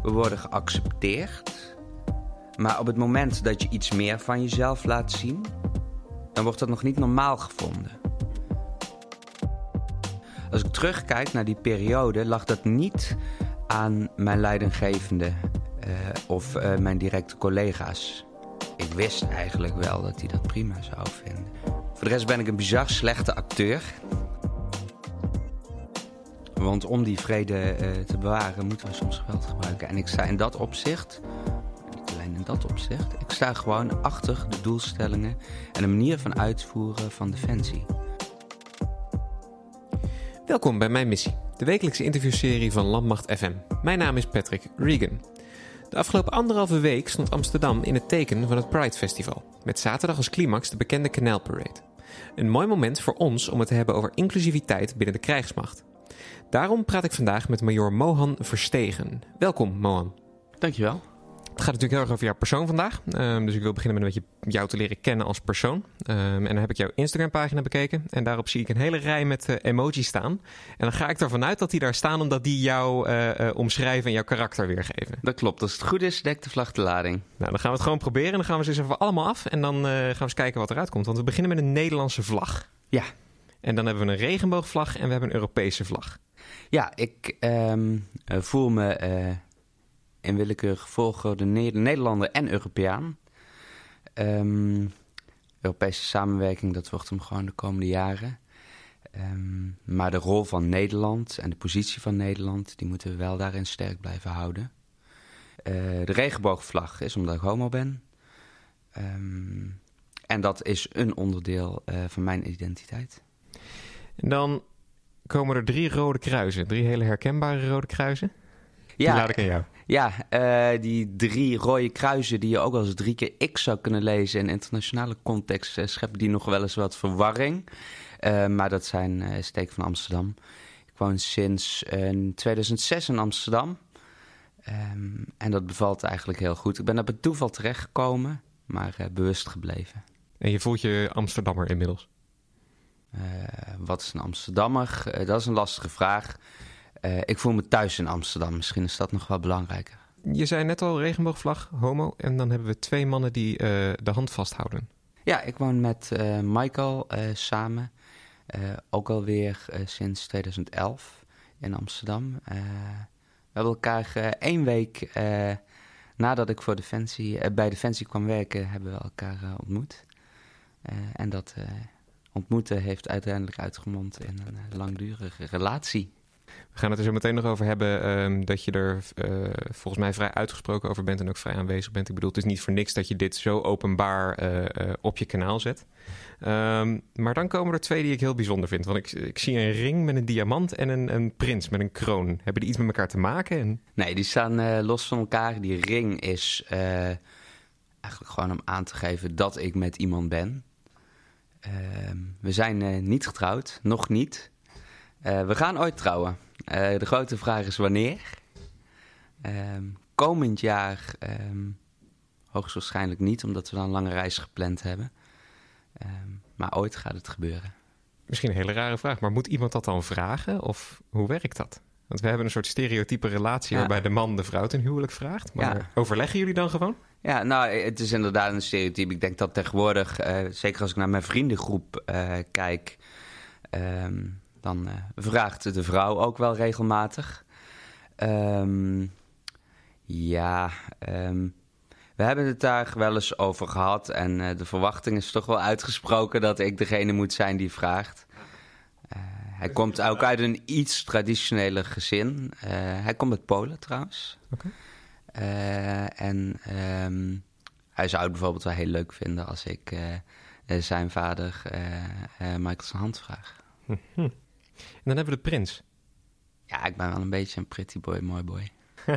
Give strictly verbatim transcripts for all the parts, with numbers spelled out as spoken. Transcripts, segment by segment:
We worden geaccepteerd. Maar op het moment dat je iets meer van jezelf laat zien, dan wordt dat nog niet normaal gevonden. Als ik terugkijk naar die periode, lag dat niet aan mijn leidinggevende uh, of uh, mijn directe collega's. Ik wist eigenlijk wel dat hij dat prima zou vinden. Voor de rest ben ik een bizar slechte acteur. Want om die vrede uh, te bewaren moeten we soms geweld gebruiken. En ik sta in dat opzicht, niet alleen in dat opzicht, ik sta gewoon achter de doelstellingen en de manier van uitvoeren van Defensie. Welkom bij Mijn Missie, de wekelijkse interviewserie van Landmacht F M. Mijn naam is Patrick Regan. De afgelopen anderhalve week stond Amsterdam in het teken van het Pride Festival. Met zaterdag als climax de bekende Canal Parade. Een mooi moment voor ons om het te hebben over inclusiviteit binnen de krijgsmacht. Daarom praat ik vandaag met majoor Mohan Verstegen. Welkom, Mohan. Dankjewel. Het gaat natuurlijk heel erg over jouw persoon vandaag. Um, dus ik wil beginnen met een beetje jou te leren kennen als persoon. Um, en dan heb ik jouw Instagram-pagina bekeken. En daarop zie ik een hele rij met uh, emojis staan. En dan ga ik ervan uit dat die daar staan omdat die jou uh, uh, omschrijven en jouw karakter weergeven. Dat klopt. Als het goed is, dekt de vlag de lading. Nou, dan gaan we het gewoon proberen. En dan gaan we ze eens even allemaal af. En dan uh, gaan we eens kijken wat eruit komt. Want we beginnen met een Nederlandse vlag. Ja. En dan hebben we een regenboogvlag en we hebben een Europese vlag. Ja, ik um, uh, voel me uh, in willekeurige volgorde Nederlander en Europeaan. Um, Europese samenwerking, dat wordt hem gewoon de komende jaren. Um, maar de rol van Nederland en de positie van Nederland, die moeten we wel daarin sterk blijven houden. Uh, de regenboogvlag is omdat ik homo ben. Um, en dat is een onderdeel uh, van mijn identiteit. En dan komen er drie rode kruisen. Drie hele herkenbare rode kruisen. Die ja, laat ik aan jou. Ja, uh, die drie rode kruisen die je ook als drie keer X zou kunnen lezen in internationale context, uh, scheppen die nog wel eens wat verwarring. Uh, maar dat zijn uh, steken van Amsterdam. Ik woon sinds uh, tweeduizend zes in Amsterdam. Um, en dat bevalt eigenlijk heel goed. Ik ben daar bij toeval terechtgekomen, maar uh, bewust gebleven. En je voelt je Amsterdammer inmiddels? Uh, wat is een Amsterdammer? Uh, dat is een lastige vraag. Uh, ik voel me thuis in Amsterdam. Misschien is dat nog wel belangrijker. Je zei net al regenboogvlag, homo. En dan hebben we twee mannen die uh, de hand vasthouden. Ja, ik woon met uh, Michael uh, samen. Uh, ook alweer uh, sinds tweeduizend elf in Amsterdam. Uh, we hebben elkaar uh, één week uh, nadat ik voor Defensie, uh, bij Defensie kwam werken, hebben we elkaar uh, ontmoet. Uh, en dat uh, ontmoeten heeft uiteindelijk uitgemond in een uh, langdurige relatie. We gaan het er zo meteen nog over hebben um, dat je er uh, volgens mij vrij uitgesproken over bent en ook vrij aanwezig bent. Ik bedoel, het is niet voor niks dat je dit zo openbaar uh, uh, op je kanaal zet. Um, maar dan komen er twee die ik heel bijzonder vind. Want ik, ik zie een ring met een diamant en een, een prins met een kroon. Hebben die iets met elkaar te maken? En... Nee, die staan uh, los van elkaar. Die ring is uh, eigenlijk gewoon om aan te geven dat ik met iemand ben. Uh, we zijn uh, niet getrouwd, nog niet. Uh, we gaan ooit trouwen. Uh, de grote vraag is wanneer. Uh, komend jaar uh, hoogstwaarschijnlijk niet, omdat we dan een lange reis gepland hebben. Uh, maar ooit gaat het gebeuren. Misschien een hele rare vraag, maar moet iemand dat dan vragen? Of hoe werkt dat? Want we hebben een soort stereotype relatie ja. waarbij de man de vrouw ten huwelijk vraagt. Maar ja. overleggen jullie dan gewoon? Ja, nou, het is inderdaad een stereotype. Ik denk dat tegenwoordig, uh, zeker als ik naar mijn vriendengroep uh, kijk, Um, dan uh, vraagt de vrouw ook wel regelmatig. Um, ja, um, we hebben het daar wel eens over gehad. En uh, de verwachting is toch wel uitgesproken dat ik degene moet zijn die vraagt. Uh, hij komt ook uit een iets traditioneler gezin. Uh, hij komt uit Polen trouwens. Okay. Uh, en um, hij zou het bijvoorbeeld wel heel leuk vinden als ik uh, uh, zijn vader uh, uh, Michael zijn hand vraag. Hm-hm. En dan hebben we de prins. Ja, ik ben wel een beetje een pretty boy, mooi boy.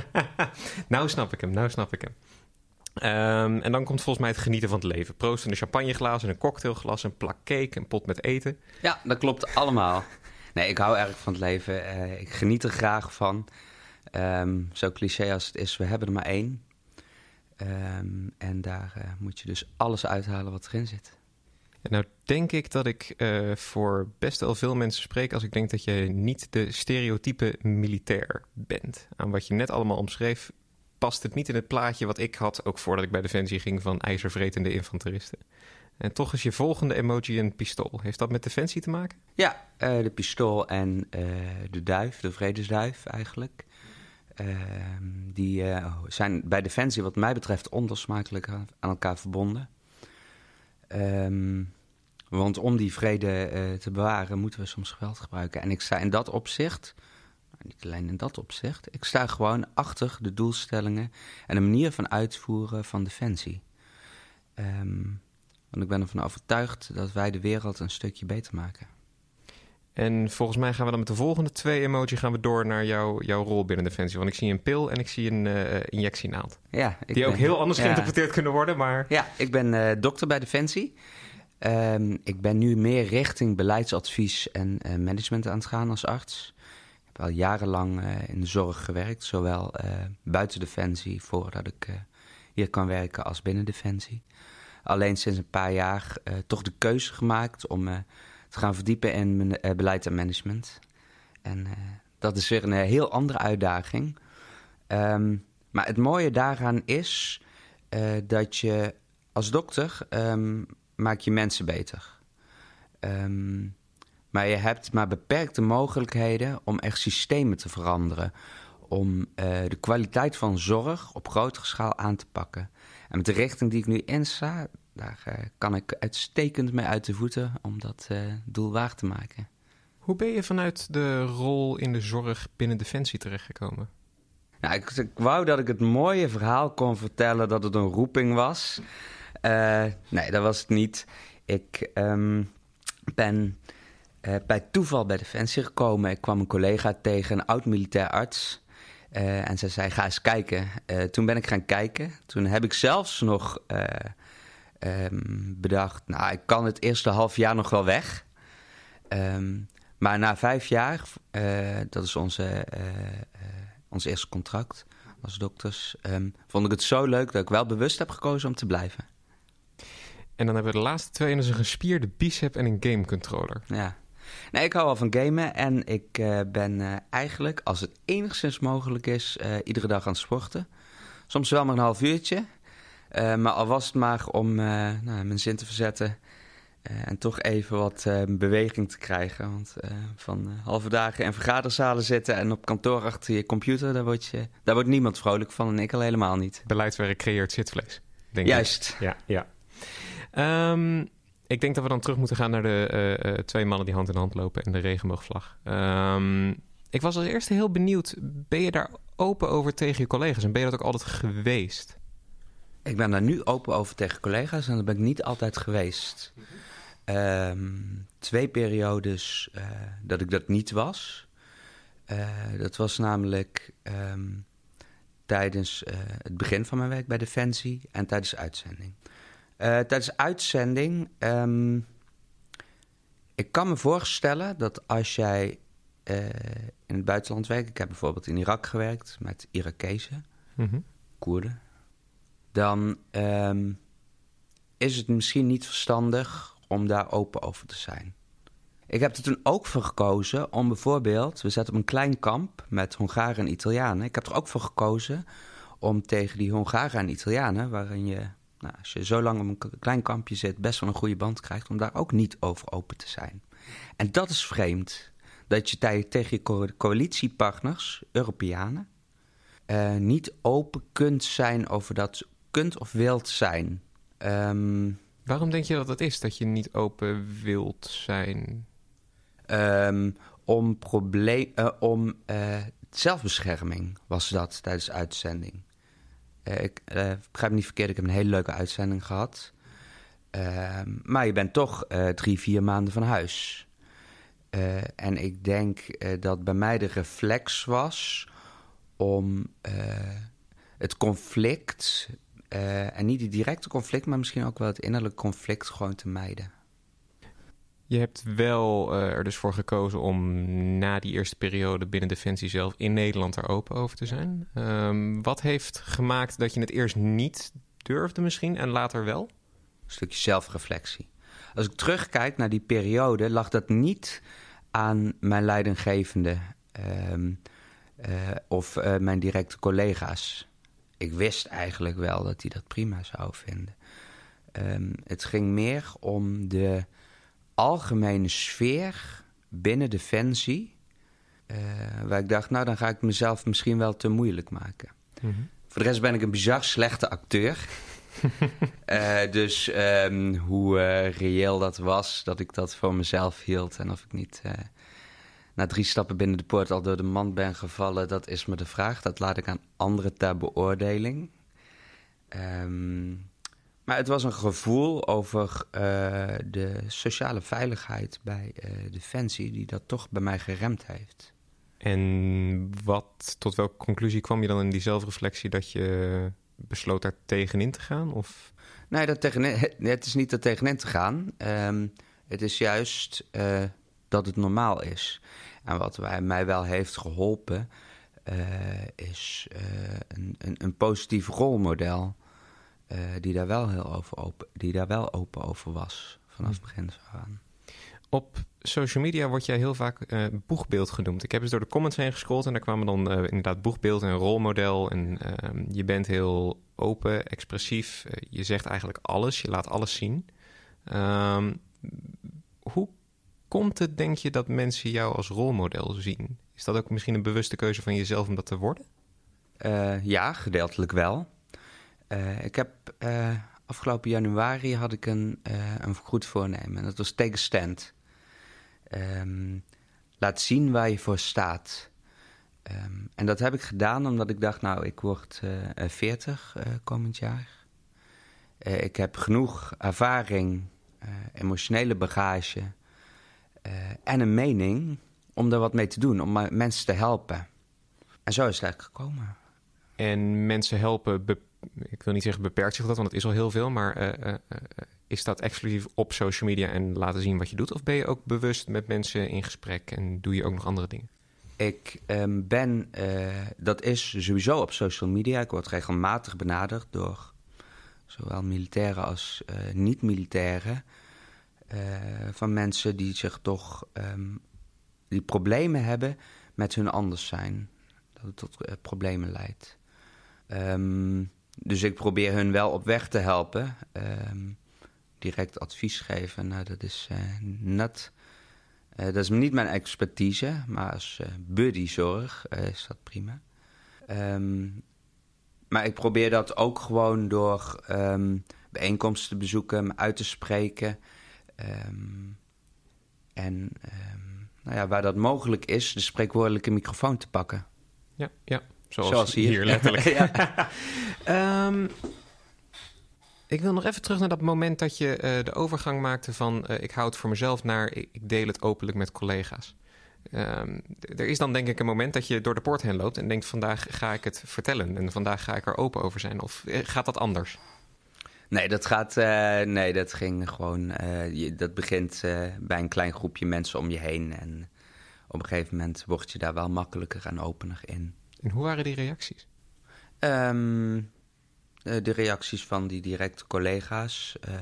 nou snap ik hem, nou snap ik hem. Um, en dan komt volgens mij het genieten van het leven. Proosten, een champagneglaas, een cocktailglas, een plak cake, een pot met eten. Ja, dat klopt allemaal. Nee, ik hou erg van het leven. Uh, ik geniet er graag van. Um, zo cliché als het is, we hebben er maar één. Um, en daar uh, moet je dus alles uithalen wat erin zit. En nou denk ik dat ik uh, voor best wel veel mensen spreek als ik denk dat je niet de stereotype militair bent. Aan wat je net allemaal omschreef, past het niet in het plaatje wat ik had, ook voordat ik bij Defensie ging, van ijzervretende infanteristen. En toch is je volgende emoji een pistool. Heeft dat met Defensie te maken? Ja, uh, de pistool en uh, de duif, de vredesduif eigenlijk. Uh, die uh, zijn bij Defensie wat mij betreft onlosmakelijk aan elkaar verbonden. Um, want om die vrede uh, te bewaren moeten we soms geweld gebruiken. En ik sta in dat opzicht, nou, niet alleen in dat opzicht, ik sta gewoon achter de doelstellingen en de manier van uitvoeren van Defensie. Um, want ik ben ervan overtuigd dat wij de wereld een stukje beter maken. En volgens mij gaan we dan met de volgende twee emoji gaan we door naar jou, jouw rol binnen Defensie. Want ik zie een pil en ik zie een uh, injectienaald. Ja, ik die ben, ook heel anders ja, geïnterpreteerd kunnen worden, maar... Ja, ik ben uh, dokter bij Defensie. Um, ik ben nu meer richting beleidsadvies en uh, management aan het gaan als arts. Ik heb al jarenlang uh, in de zorg gewerkt, zowel uh, buiten Defensie voordat ik uh, hier kan werken als binnen Defensie. Alleen sinds een paar jaar uh, toch de keuze gemaakt om... Uh, te gaan verdiepen in mijn, uh, beleid en management. En uh, dat is weer een uh, heel andere uitdaging. Um, maar het mooie daaraan is uh, dat je als dokter um, maak je mensen beter. Um, maar je hebt maar beperkte mogelijkheden om echt systemen te veranderen. Om uh, de kwaliteit van zorg op grotere schaal aan te pakken. En met de richting die ik nu insta... Daar uh, kan ik uitstekend mee uit de voeten om dat uh, doel waar te maken. Hoe ben je vanuit de rol in de zorg binnen Defensie terechtgekomen? Nou, ik, ik wou dat ik het mooie verhaal kon vertellen dat het een roeping was. Uh, nee, dat was het niet. Ik um, ben uh, bij toeval bij Defensie gekomen. Ik kwam een collega tegen, een oud-militair arts... Uh, en zij zei, ga eens kijken. Uh, toen ben ik gaan kijken. Toen heb ik zelfs nog... Uh, Um, bedacht, nou, ik kan het eerste half jaar nog wel weg. Um, maar na vijf jaar, uh, dat is onze, uh, uh, ons eerste contract als dokters... Um, vond ik het zo leuk dat ik wel bewust heb gekozen om te blijven. En dan hebben we de laatste twee, en dat is een gespierde bicep en een gamecontroller. Ja, nee, ik hou wel van gamen en ik uh, ben uh, eigenlijk, als het enigszins mogelijk is... Uh, iedere dag aan het sporten. Soms wel maar een half uurtje... Uh, maar al was het maar om uh, nou, mijn zin te verzetten uh, en toch even wat uh, beweging te krijgen. Want uh, van uh, halve dagen in vergaderzalen zitten en op kantoor achter je computer, daar, word je, daar wordt niemand vrolijk van en ik al helemaal niet. Beleidswerk creëert zitvlees, denk Juist. ik. Ja, ja. Um, ik denk dat we dan terug moeten gaan naar de uh, uh, twee mannen die hand in hand lopen en de regenboogvlag. Um, ik was als eerste heel benieuwd, ben je daar open over tegen je collega's en ben je dat ook altijd geweest? Ik ben daar nu open over tegen collega's en dat ben ik niet altijd geweest. Um, twee periodes uh, dat ik dat niet was. Uh, dat was namelijk um, tijdens uh, het begin van mijn werk bij Defensie en tijdens uitzending. Uh, tijdens uitzending, um, ik kan me voorstellen dat als jij uh, in het buitenland werkt... Ik heb bijvoorbeeld in Irak gewerkt met Irakezen, mm-hmm. Koerden... dan um, is het misschien niet verstandig om daar open over te zijn. Ik heb er toen ook voor gekozen om bijvoorbeeld... we zaten op een klein kamp met Hongaren en Italianen. Ik heb er ook voor gekozen om tegen die Hongaren en Italianen... waarin je, nou, als je zo lang op een klein kampje zit... best wel een goede band krijgt, om daar ook niet over open te zijn. En dat is vreemd. Dat je tegen je coalitiepartners, Europeanen... Uh, niet open kunt zijn over dat... kunt of wilt zijn. Um, Waarom denk je dat het is, dat je niet open wilt zijn? Um, om probleem, uh, om uh, zelfbescherming was dat tijdens de uitzending. Uh, ik uh, begrijp me niet verkeerd, ik heb een hele leuke uitzending gehad. Uh, maar je bent toch uh, drie, vier maanden van huis. Uh, en ik denk uh, dat bij mij de reflex was om uh, het conflict... Uh, en niet het directe conflict, maar misschien ook wel het innerlijke conflict gewoon te mijden. Je hebt wel uh, er dus voor gekozen om na die eerste periode binnen Defensie zelf in Nederland er open over te zijn. Um, wat heeft gemaakt dat je het eerst niet durfde misschien en later wel? Een stukje zelfreflectie. Als ik terugkijk naar die periode, lag dat niet aan mijn leidinggevende um, uh, of uh, mijn directe collega's. ik wist eigenlijk wel dat hij dat prima zou vinden. Um, het ging meer om de algemene sfeer binnen Defensie. Uh, waar ik dacht, nou, dan ga ik mezelf misschien wel te moeilijk maken. Mm-hmm. Voor de rest ben ik een bizar slechte acteur. uh, dus um, hoe uh, reëel dat was, dat ik dat voor mezelf hield. En of ik niet uh, na drie stappen binnen de poort al door de mand ben gevallen, dat is me de vraag. Dat laat ik aan anderen ter beoordeling. Um, maar het was een gevoel over uh, de sociale veiligheid bij uh, Defensie die dat toch bij mij geremd heeft. En wat, tot welke conclusie kwam je dan in die zelfreflectie dat je besloot daar tegenin te gaan? Of? Nee, dat tegenin, het is niet er tegenin te gaan. Um, het is juist uh, dat het normaal is. En wat wij, mij wel heeft geholpen, uh, is uh, een, een, een positief rolmodel. Uh, die daar wel heel over open, die daar wel open over was vanaf het begin aan. Op social media word jij heel vaak uh, boegbeeld genoemd. Ik heb eens door de comments heen gescrolld en daar kwamen dan uh, inderdaad boegbeeld en rolmodel. En uh, je bent heel open, expressief. Uh, je zegt eigenlijk alles, je laat alles zien. Uh, hoe komt het, denk je, dat mensen jou als rolmodel zien? Is dat ook misschien een bewuste keuze van jezelf om dat te worden? Uh, ja, gedeeltelijk wel. Uh, ik heb uh, afgelopen januari had ik een, uh, een goed voornemen. En dat was take a stand. Um, laat zien waar je voor staat. Um, en dat heb ik gedaan omdat ik dacht, nou, ik word uh, veertig uh, komend jaar. Uh, ik heb genoeg ervaring, uh, emotionele bagage uh, en een mening om er wat mee te doen, om mensen te helpen. En zo is het eigenlijk gekomen. En mensen helpen, be- ik wil niet zeggen beperkt zich dat, want het is al heel veel, maar uh, uh, uh, is dat exclusief op social media en laten zien wat je doet? Of ben je ook bewust met mensen in gesprek en doe je ook nog andere dingen? Ik um, ben, uh, dat is sowieso op social media. Ik word regelmatig benaderd door zowel militairen als uh, niet-militairen. Uh, van mensen die zich toch, um, die problemen hebben met hun anders zijn. Dat het tot uh, problemen leidt. Um, dus ik probeer hun wel op weg te helpen. Um, direct advies geven, nou, dat is uh, net... Uh, dat is niet mijn expertise, maar als uh, buddyzorg uh, is dat prima. Um, maar ik probeer dat ook gewoon door um, bijeenkomsten te bezoeken, me uit te spreken. Um, en um, nou ja, waar dat mogelijk is, de spreekwoordelijke microfoon te pakken. Ja, ja. Zoals, Zoals hier. hier letterlijk. ja. um, ik wil nog even terug naar dat moment dat je uh, de overgang maakte van uh, ik hou het voor mezelf naar ik, ik deel het openlijk met collega's. Um, d- er is dan denk ik een moment dat je door de poort heen loopt en denkt vandaag ga ik het vertellen en vandaag ga ik er open over zijn. Of uh, gaat dat anders? Nee, dat gaat. Uh, nee, dat ging gewoon. Uh, je, dat begint uh, bij een klein groepje mensen om je heen. En op een gegeven moment word je daar wel makkelijker en opener in. En hoe waren die reacties? Um, uh, de reacties van die directe collega's uh, uh,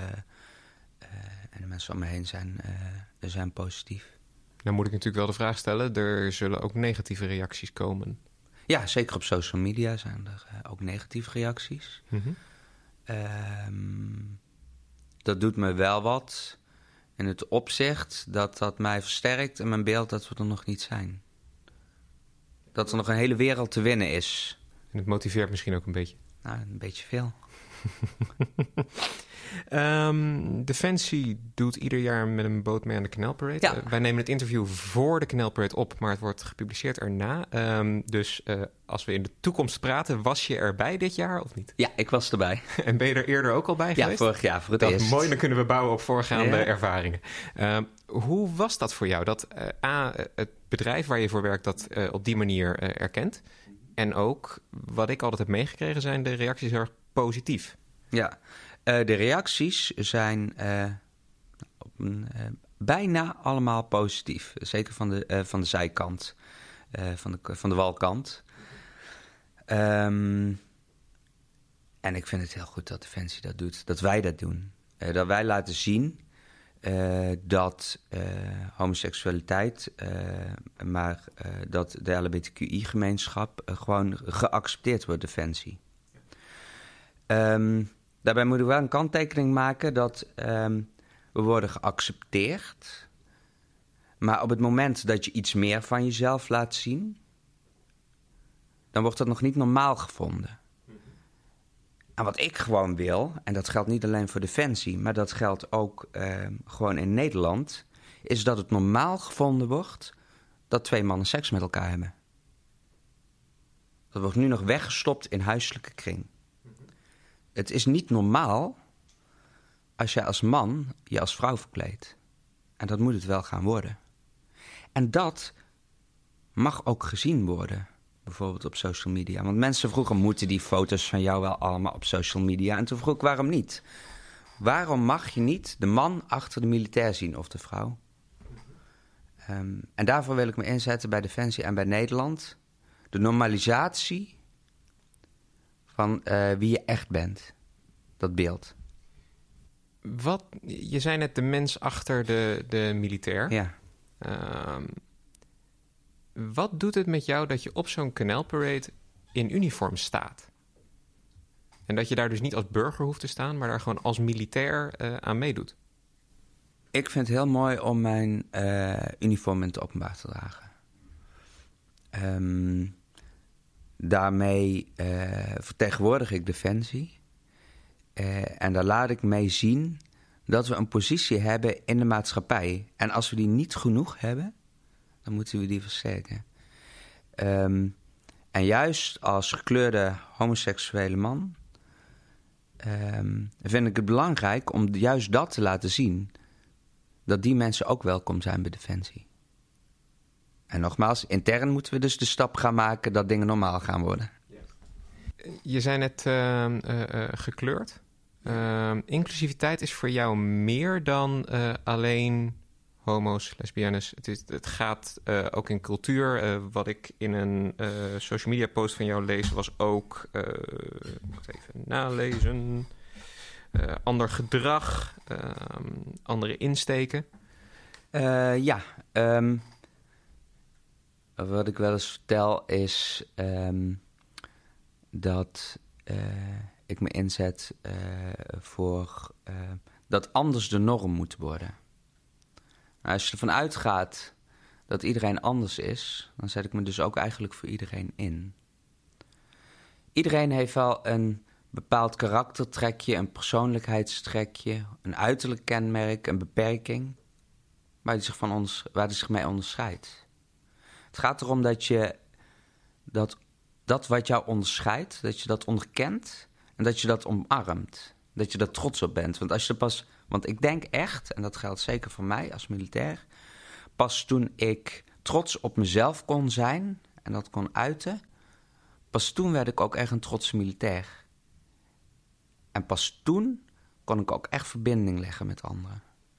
en de mensen om me heen zijn, uh, zijn positief. Nou moet ik natuurlijk wel de vraag stellen, er zullen ook negatieve reacties komen. Ja, zeker op social media zijn er uh, ook negatieve reacties. Mm-hmm. Um, dat doet me wel wat in het opzicht dat dat mij versterkt in mijn beeld dat we er nog niet zijn. Dat er nog een hele wereld te winnen is. En het motiveert misschien ook een beetje. Nou, een beetje veel. um, Defensie doet ieder jaar met een boot mee aan de Knelparade. Ja. Uh, wij nemen het interview voor de Knelparade op, maar het wordt gepubliceerd erna. Um, dus uh, als we in de toekomst praten, was je erbij dit jaar of niet? Ja, ik was erbij. En ben je er eerder ook al bij ja, geweest? Ja, vorig jaar voor het dat eerst. Is mooi, dan kunnen we bouwen op voorgaande ja. ervaringen. Um, hoe was dat voor jou? Dat uh, A, het bedrijf waar je voor werkt dat uh, op die manier uh, erkent. En ook, wat ik altijd heb meegekregen, zijn de reacties heel erg positief. Ja, uh, de reacties zijn uh, op een, uh, bijna allemaal positief. Zeker van de, uh, van de zijkant, uh, van, de, van de walkant. Um, en ik vind het heel goed dat Defensie dat doet, dat wij dat doen. Uh, dat wij laten zien uh, dat uh, homoseksualiteit, uh, maar uh, dat de L G B T Q I-gemeenschap uh, gewoon geaccepteerd wordt, Defensie. Um, daarbij moet ik wel een kanttekening maken dat um, we worden geaccepteerd. Maar op het moment dat je iets meer van jezelf laat zien, dan wordt dat nog niet normaal gevonden. En wat ik gewoon wil, en dat geldt niet alleen voor Defensie, maar dat geldt ook uh, gewoon in Nederland, is dat het normaal gevonden wordt dat twee mannen seks met elkaar hebben. Dat wordt nu nog weggestopt in huiselijke kring. Het is niet normaal als jij als man je als vrouw verkleedt. En dat moet het wel gaan worden. En dat mag ook gezien worden, bijvoorbeeld op social media. Want mensen vroegen, moeten die foto's van jou wel allemaal op social media? En toen vroeg ik, waarom niet? Waarom mag je niet de man achter de militair zien of de vrouw? Um, en daarvoor wil ik me inzetten bij Defensie en bij Nederland. De normalisatie van uh, wie je echt bent. Dat beeld. Wat, je zei net de mens achter de, de militair. Ja. Um, wat doet het met jou dat je op zo'n kanaalparade in uniform staat? En dat je daar dus niet als burger hoeft te staan, maar daar gewoon als militair uh, aan meedoet? Ik vind het heel mooi om mijn uh, uniform in het openbaar te dragen. Um, daarmee uh, vertegenwoordig ik Defensie. Uh, en daar laat ik mee zien dat we een positie hebben in de maatschappij. En als we die niet genoeg hebben, dan moeten we die versterken. Um, en juist als gekleurde homoseksuele man um, vind ik het belangrijk om juist dat te laten zien. Dat die mensen ook welkom zijn bij Defensie. En nogmaals, intern moeten we dus de stap gaan maken dat dingen normaal gaan worden. Je zei net uh, uh, uh, gekleurd. Uh, inclusiviteit is voor jou meer dan uh, alleen homo's, lesbiennes. Het, is, het gaat uh, ook in cultuur. Uh, wat ik in een uh, social media post van jou lees was ook... Uh, ik moet even nalezen... Uh, ander gedrag, uh, andere insteken? Uh, ja, um, wat ik wel eens vertel is um, dat uh, ik me inzet uh, voor uh, dat anders de norm moet worden. Nou, als je ervan uitgaat dat iedereen anders is, dan zet ik me dus ook eigenlijk voor iedereen in. Iedereen heeft wel een bepaald karaktertrekje, een persoonlijkheidstrekje, een uiterlijk kenmerk, een beperking, waar hij zich, van ons, waar hij zich mee onderscheidt. Het gaat erom dat je dat, dat wat jou onderscheidt, dat je dat onderkent en dat je dat omarmt. Dat je er trots op bent. Want als je pas, want ik denk echt, en dat geldt zeker voor mij als militair, pas toen ik trots op mezelf kon zijn en dat kon uiten, pas toen werd ik ook echt een trotse militair. En pas toen kon ik ook echt verbinding leggen met anderen.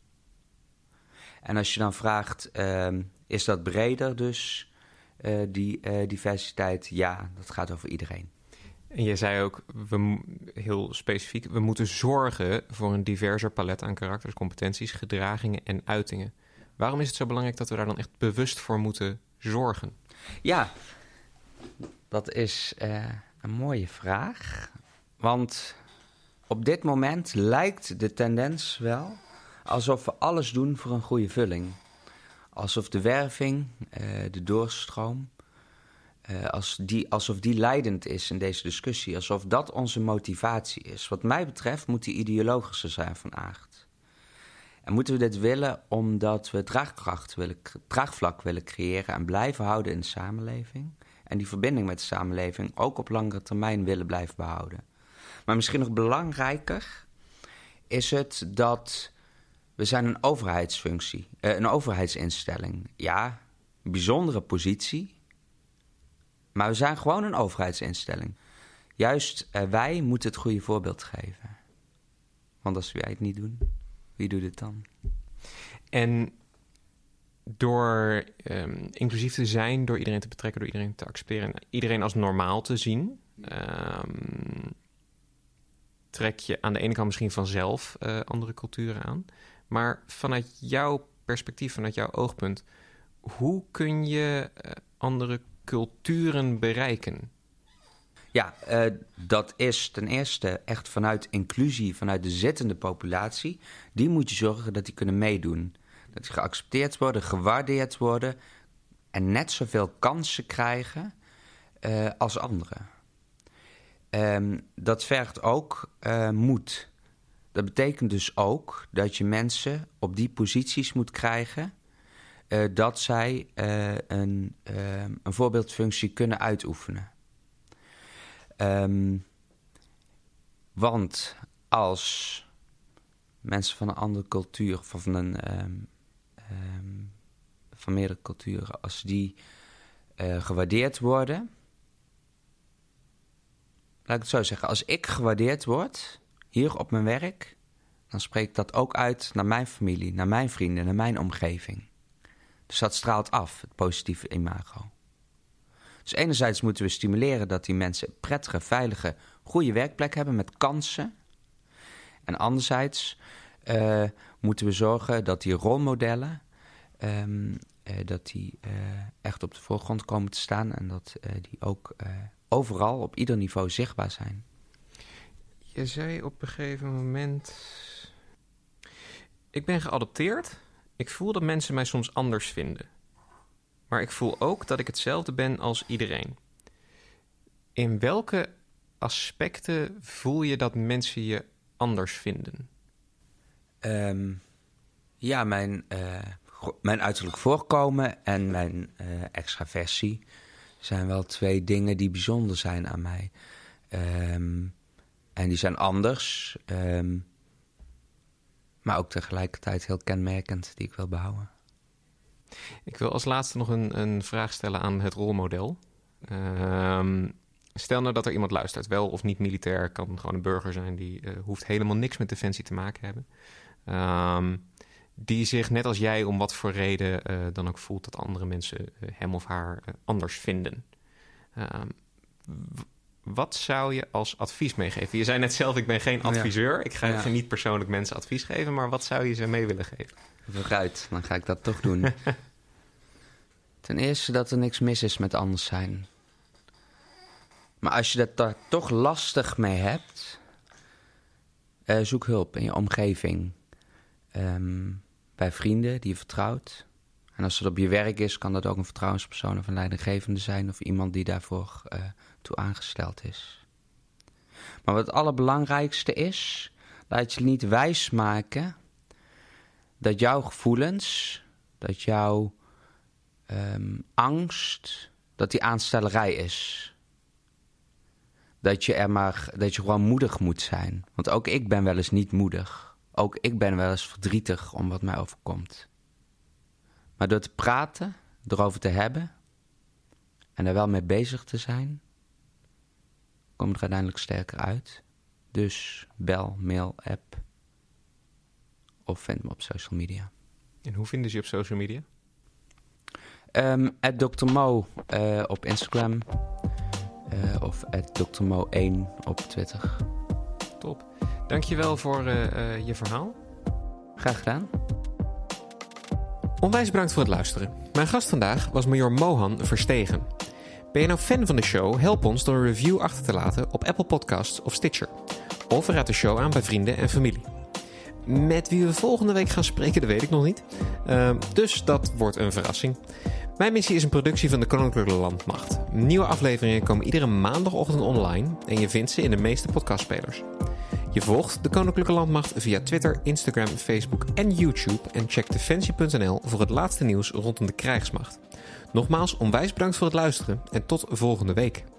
En als je dan vraagt, uh, is dat breder dus, uh, die uh, diversiteit? Ja, dat gaat over iedereen. En je zei ook, we, heel specifiek, we moeten zorgen voor een diverser palet aan karakters, competenties, gedragingen en uitingen. Waarom is het zo belangrijk dat we daar dan echt bewust voor moeten zorgen? Ja, dat is uh, een mooie vraag. Want op dit moment lijkt de tendens wel alsof we alles doen voor een goede vulling. Alsof de werving, uh, de doorstroom, uh, als die, alsof die leidend is in deze discussie. Alsof dat onze motivatie is. Wat mij betreft moet die ideologischer zijn van aard. En moeten we dit willen omdat we draagkracht willen, draagvlak willen creëren en blijven houden in de samenleving. En die verbinding met de samenleving ook op langere termijn willen blijven behouden. Maar misschien nog belangrijker is het dat we zijn een overheidsfunctie, uh, een overheidsinstelling. Ja, een bijzondere positie, maar we zijn gewoon een overheidsinstelling. Juist uh, wij moeten het goede voorbeeld geven. Want als wij het niet doen, wie doet het dan? En door um, inclusief te zijn, door iedereen te betrekken, door iedereen te accepteren, iedereen als normaal te zien, Um, trek je aan de ene kant misschien vanzelf uh, andere culturen aan. Maar vanuit jouw perspectief, vanuit jouw oogpunt, hoe kun je uh, andere culturen bereiken? Ja, uh, dat is ten eerste echt vanuit inclusie, vanuit de zittende populatie. Die moet je zorgen dat die kunnen meedoen. Dat die geaccepteerd worden, gewaardeerd worden en net zoveel kansen krijgen uh, als anderen. Um, dat vergt ook uh, moed. Dat betekent dus ook dat je mensen op die posities moet krijgen uh, dat zij uh, een, uh, een voorbeeldfunctie kunnen uitoefenen. Um, want als mensen van een andere cultuur, of van, een, um, um, van meerdere culturen, als die uh, gewaardeerd worden, laat ik het zo zeggen, als ik gewaardeerd word hier op mijn werk, dan spreekt dat ook uit naar mijn familie, naar mijn vrienden, naar mijn omgeving. Dus dat straalt af, het positieve imago. Dus enerzijds moeten we stimuleren dat die mensen een prettige, veilige, goede werkplek hebben met kansen. En anderzijds uh, moeten we zorgen dat die rolmodellen um, uh, dat die, uh, echt op de voorgrond komen te staan en dat uh, die ook uh, overal op ieder niveau zichtbaar zijn. Je zei op een gegeven moment: ik ben geadopteerd. Ik voel dat mensen mij soms anders vinden. Maar ik voel ook dat ik hetzelfde ben als iedereen. In welke aspecten voel je dat mensen je anders vinden? Um, ja, mijn, uh, mijn uiterlijk voorkomen en mijn uh, extraversie zijn wel twee dingen die bijzonder zijn aan mij. Um, en die zijn anders, um, maar ook tegelijkertijd heel kenmerkend, die ik wil behouden. Ik wil als laatste nog een, een vraag stellen aan het rolmodel. Um, stel nou dat er iemand luistert, wel of niet militair, kan gewoon een burger zijn, die uh, hoeft helemaal niks met defensie te maken hebben. Um, die zich net als jij om wat voor reden uh, dan ook voelt dat andere mensen uh, hem of haar uh, anders vinden. Um, w- wat zou je als advies meegeven? Je zei net zelf, ik ben geen adviseur. Ja. Ik ga ja. niet persoonlijk mensen advies geven, maar wat zou je ze mee willen geven? Vooruit, dan ga ik dat toch doen. Ten eerste dat er niks mis is met anders zijn. Maar als je dat daar toch lastig mee hebt, uh, zoek hulp in je omgeving. Um, bij vrienden die je vertrouwt. En als het op je werk is, kan dat ook een vertrouwenspersoon of een leidinggevende zijn, of iemand die daarvoor uh, toe aangesteld is. Maar wat het allerbelangrijkste is, laat je niet wijsmaken dat jouw gevoelens, dat jouw um, angst, dat die aanstellerij is. Dat je er maar, dat je gewoon moedig moet zijn. Want ook ik ben wel eens niet moedig. Ook ik ben wel eens verdrietig om wat mij overkomt. Maar door te praten, erover te hebben en er wel mee bezig te zijn, kom je er uiteindelijk sterker uit. Dus bel, mail, app of vind me op social media. En hoe vinden ze je op social media? Um, at dokter Mo uh, op Instagram uh, of at dokter Mo één op Twitter. Top. Dankjewel voor uh, uh, je verhaal. Graag gedaan. Onwijs bedankt voor het luisteren. Mijn gast vandaag was major Mohan Verstegen. Ben je nou fan van de show? Help ons door een review achter te laten op Apple Podcasts of Stitcher. Of raad de show aan bij vrienden en familie. Met wie we volgende week gaan spreken, dat weet ik nog niet. Uh, dus dat wordt een verrassing. Mijn missie is een productie van de Koninklijke Landmacht. Nieuwe afleveringen komen iedere maandagochtend online en je vindt ze in de meeste podcastspelers. Je volgt de Koninklijke Landmacht via Twitter, Instagram, Facebook en YouTube en check defensie punt n l voor het laatste nieuws rondom de krijgsmacht. Nogmaals, onwijs bedankt voor het luisteren en tot volgende week.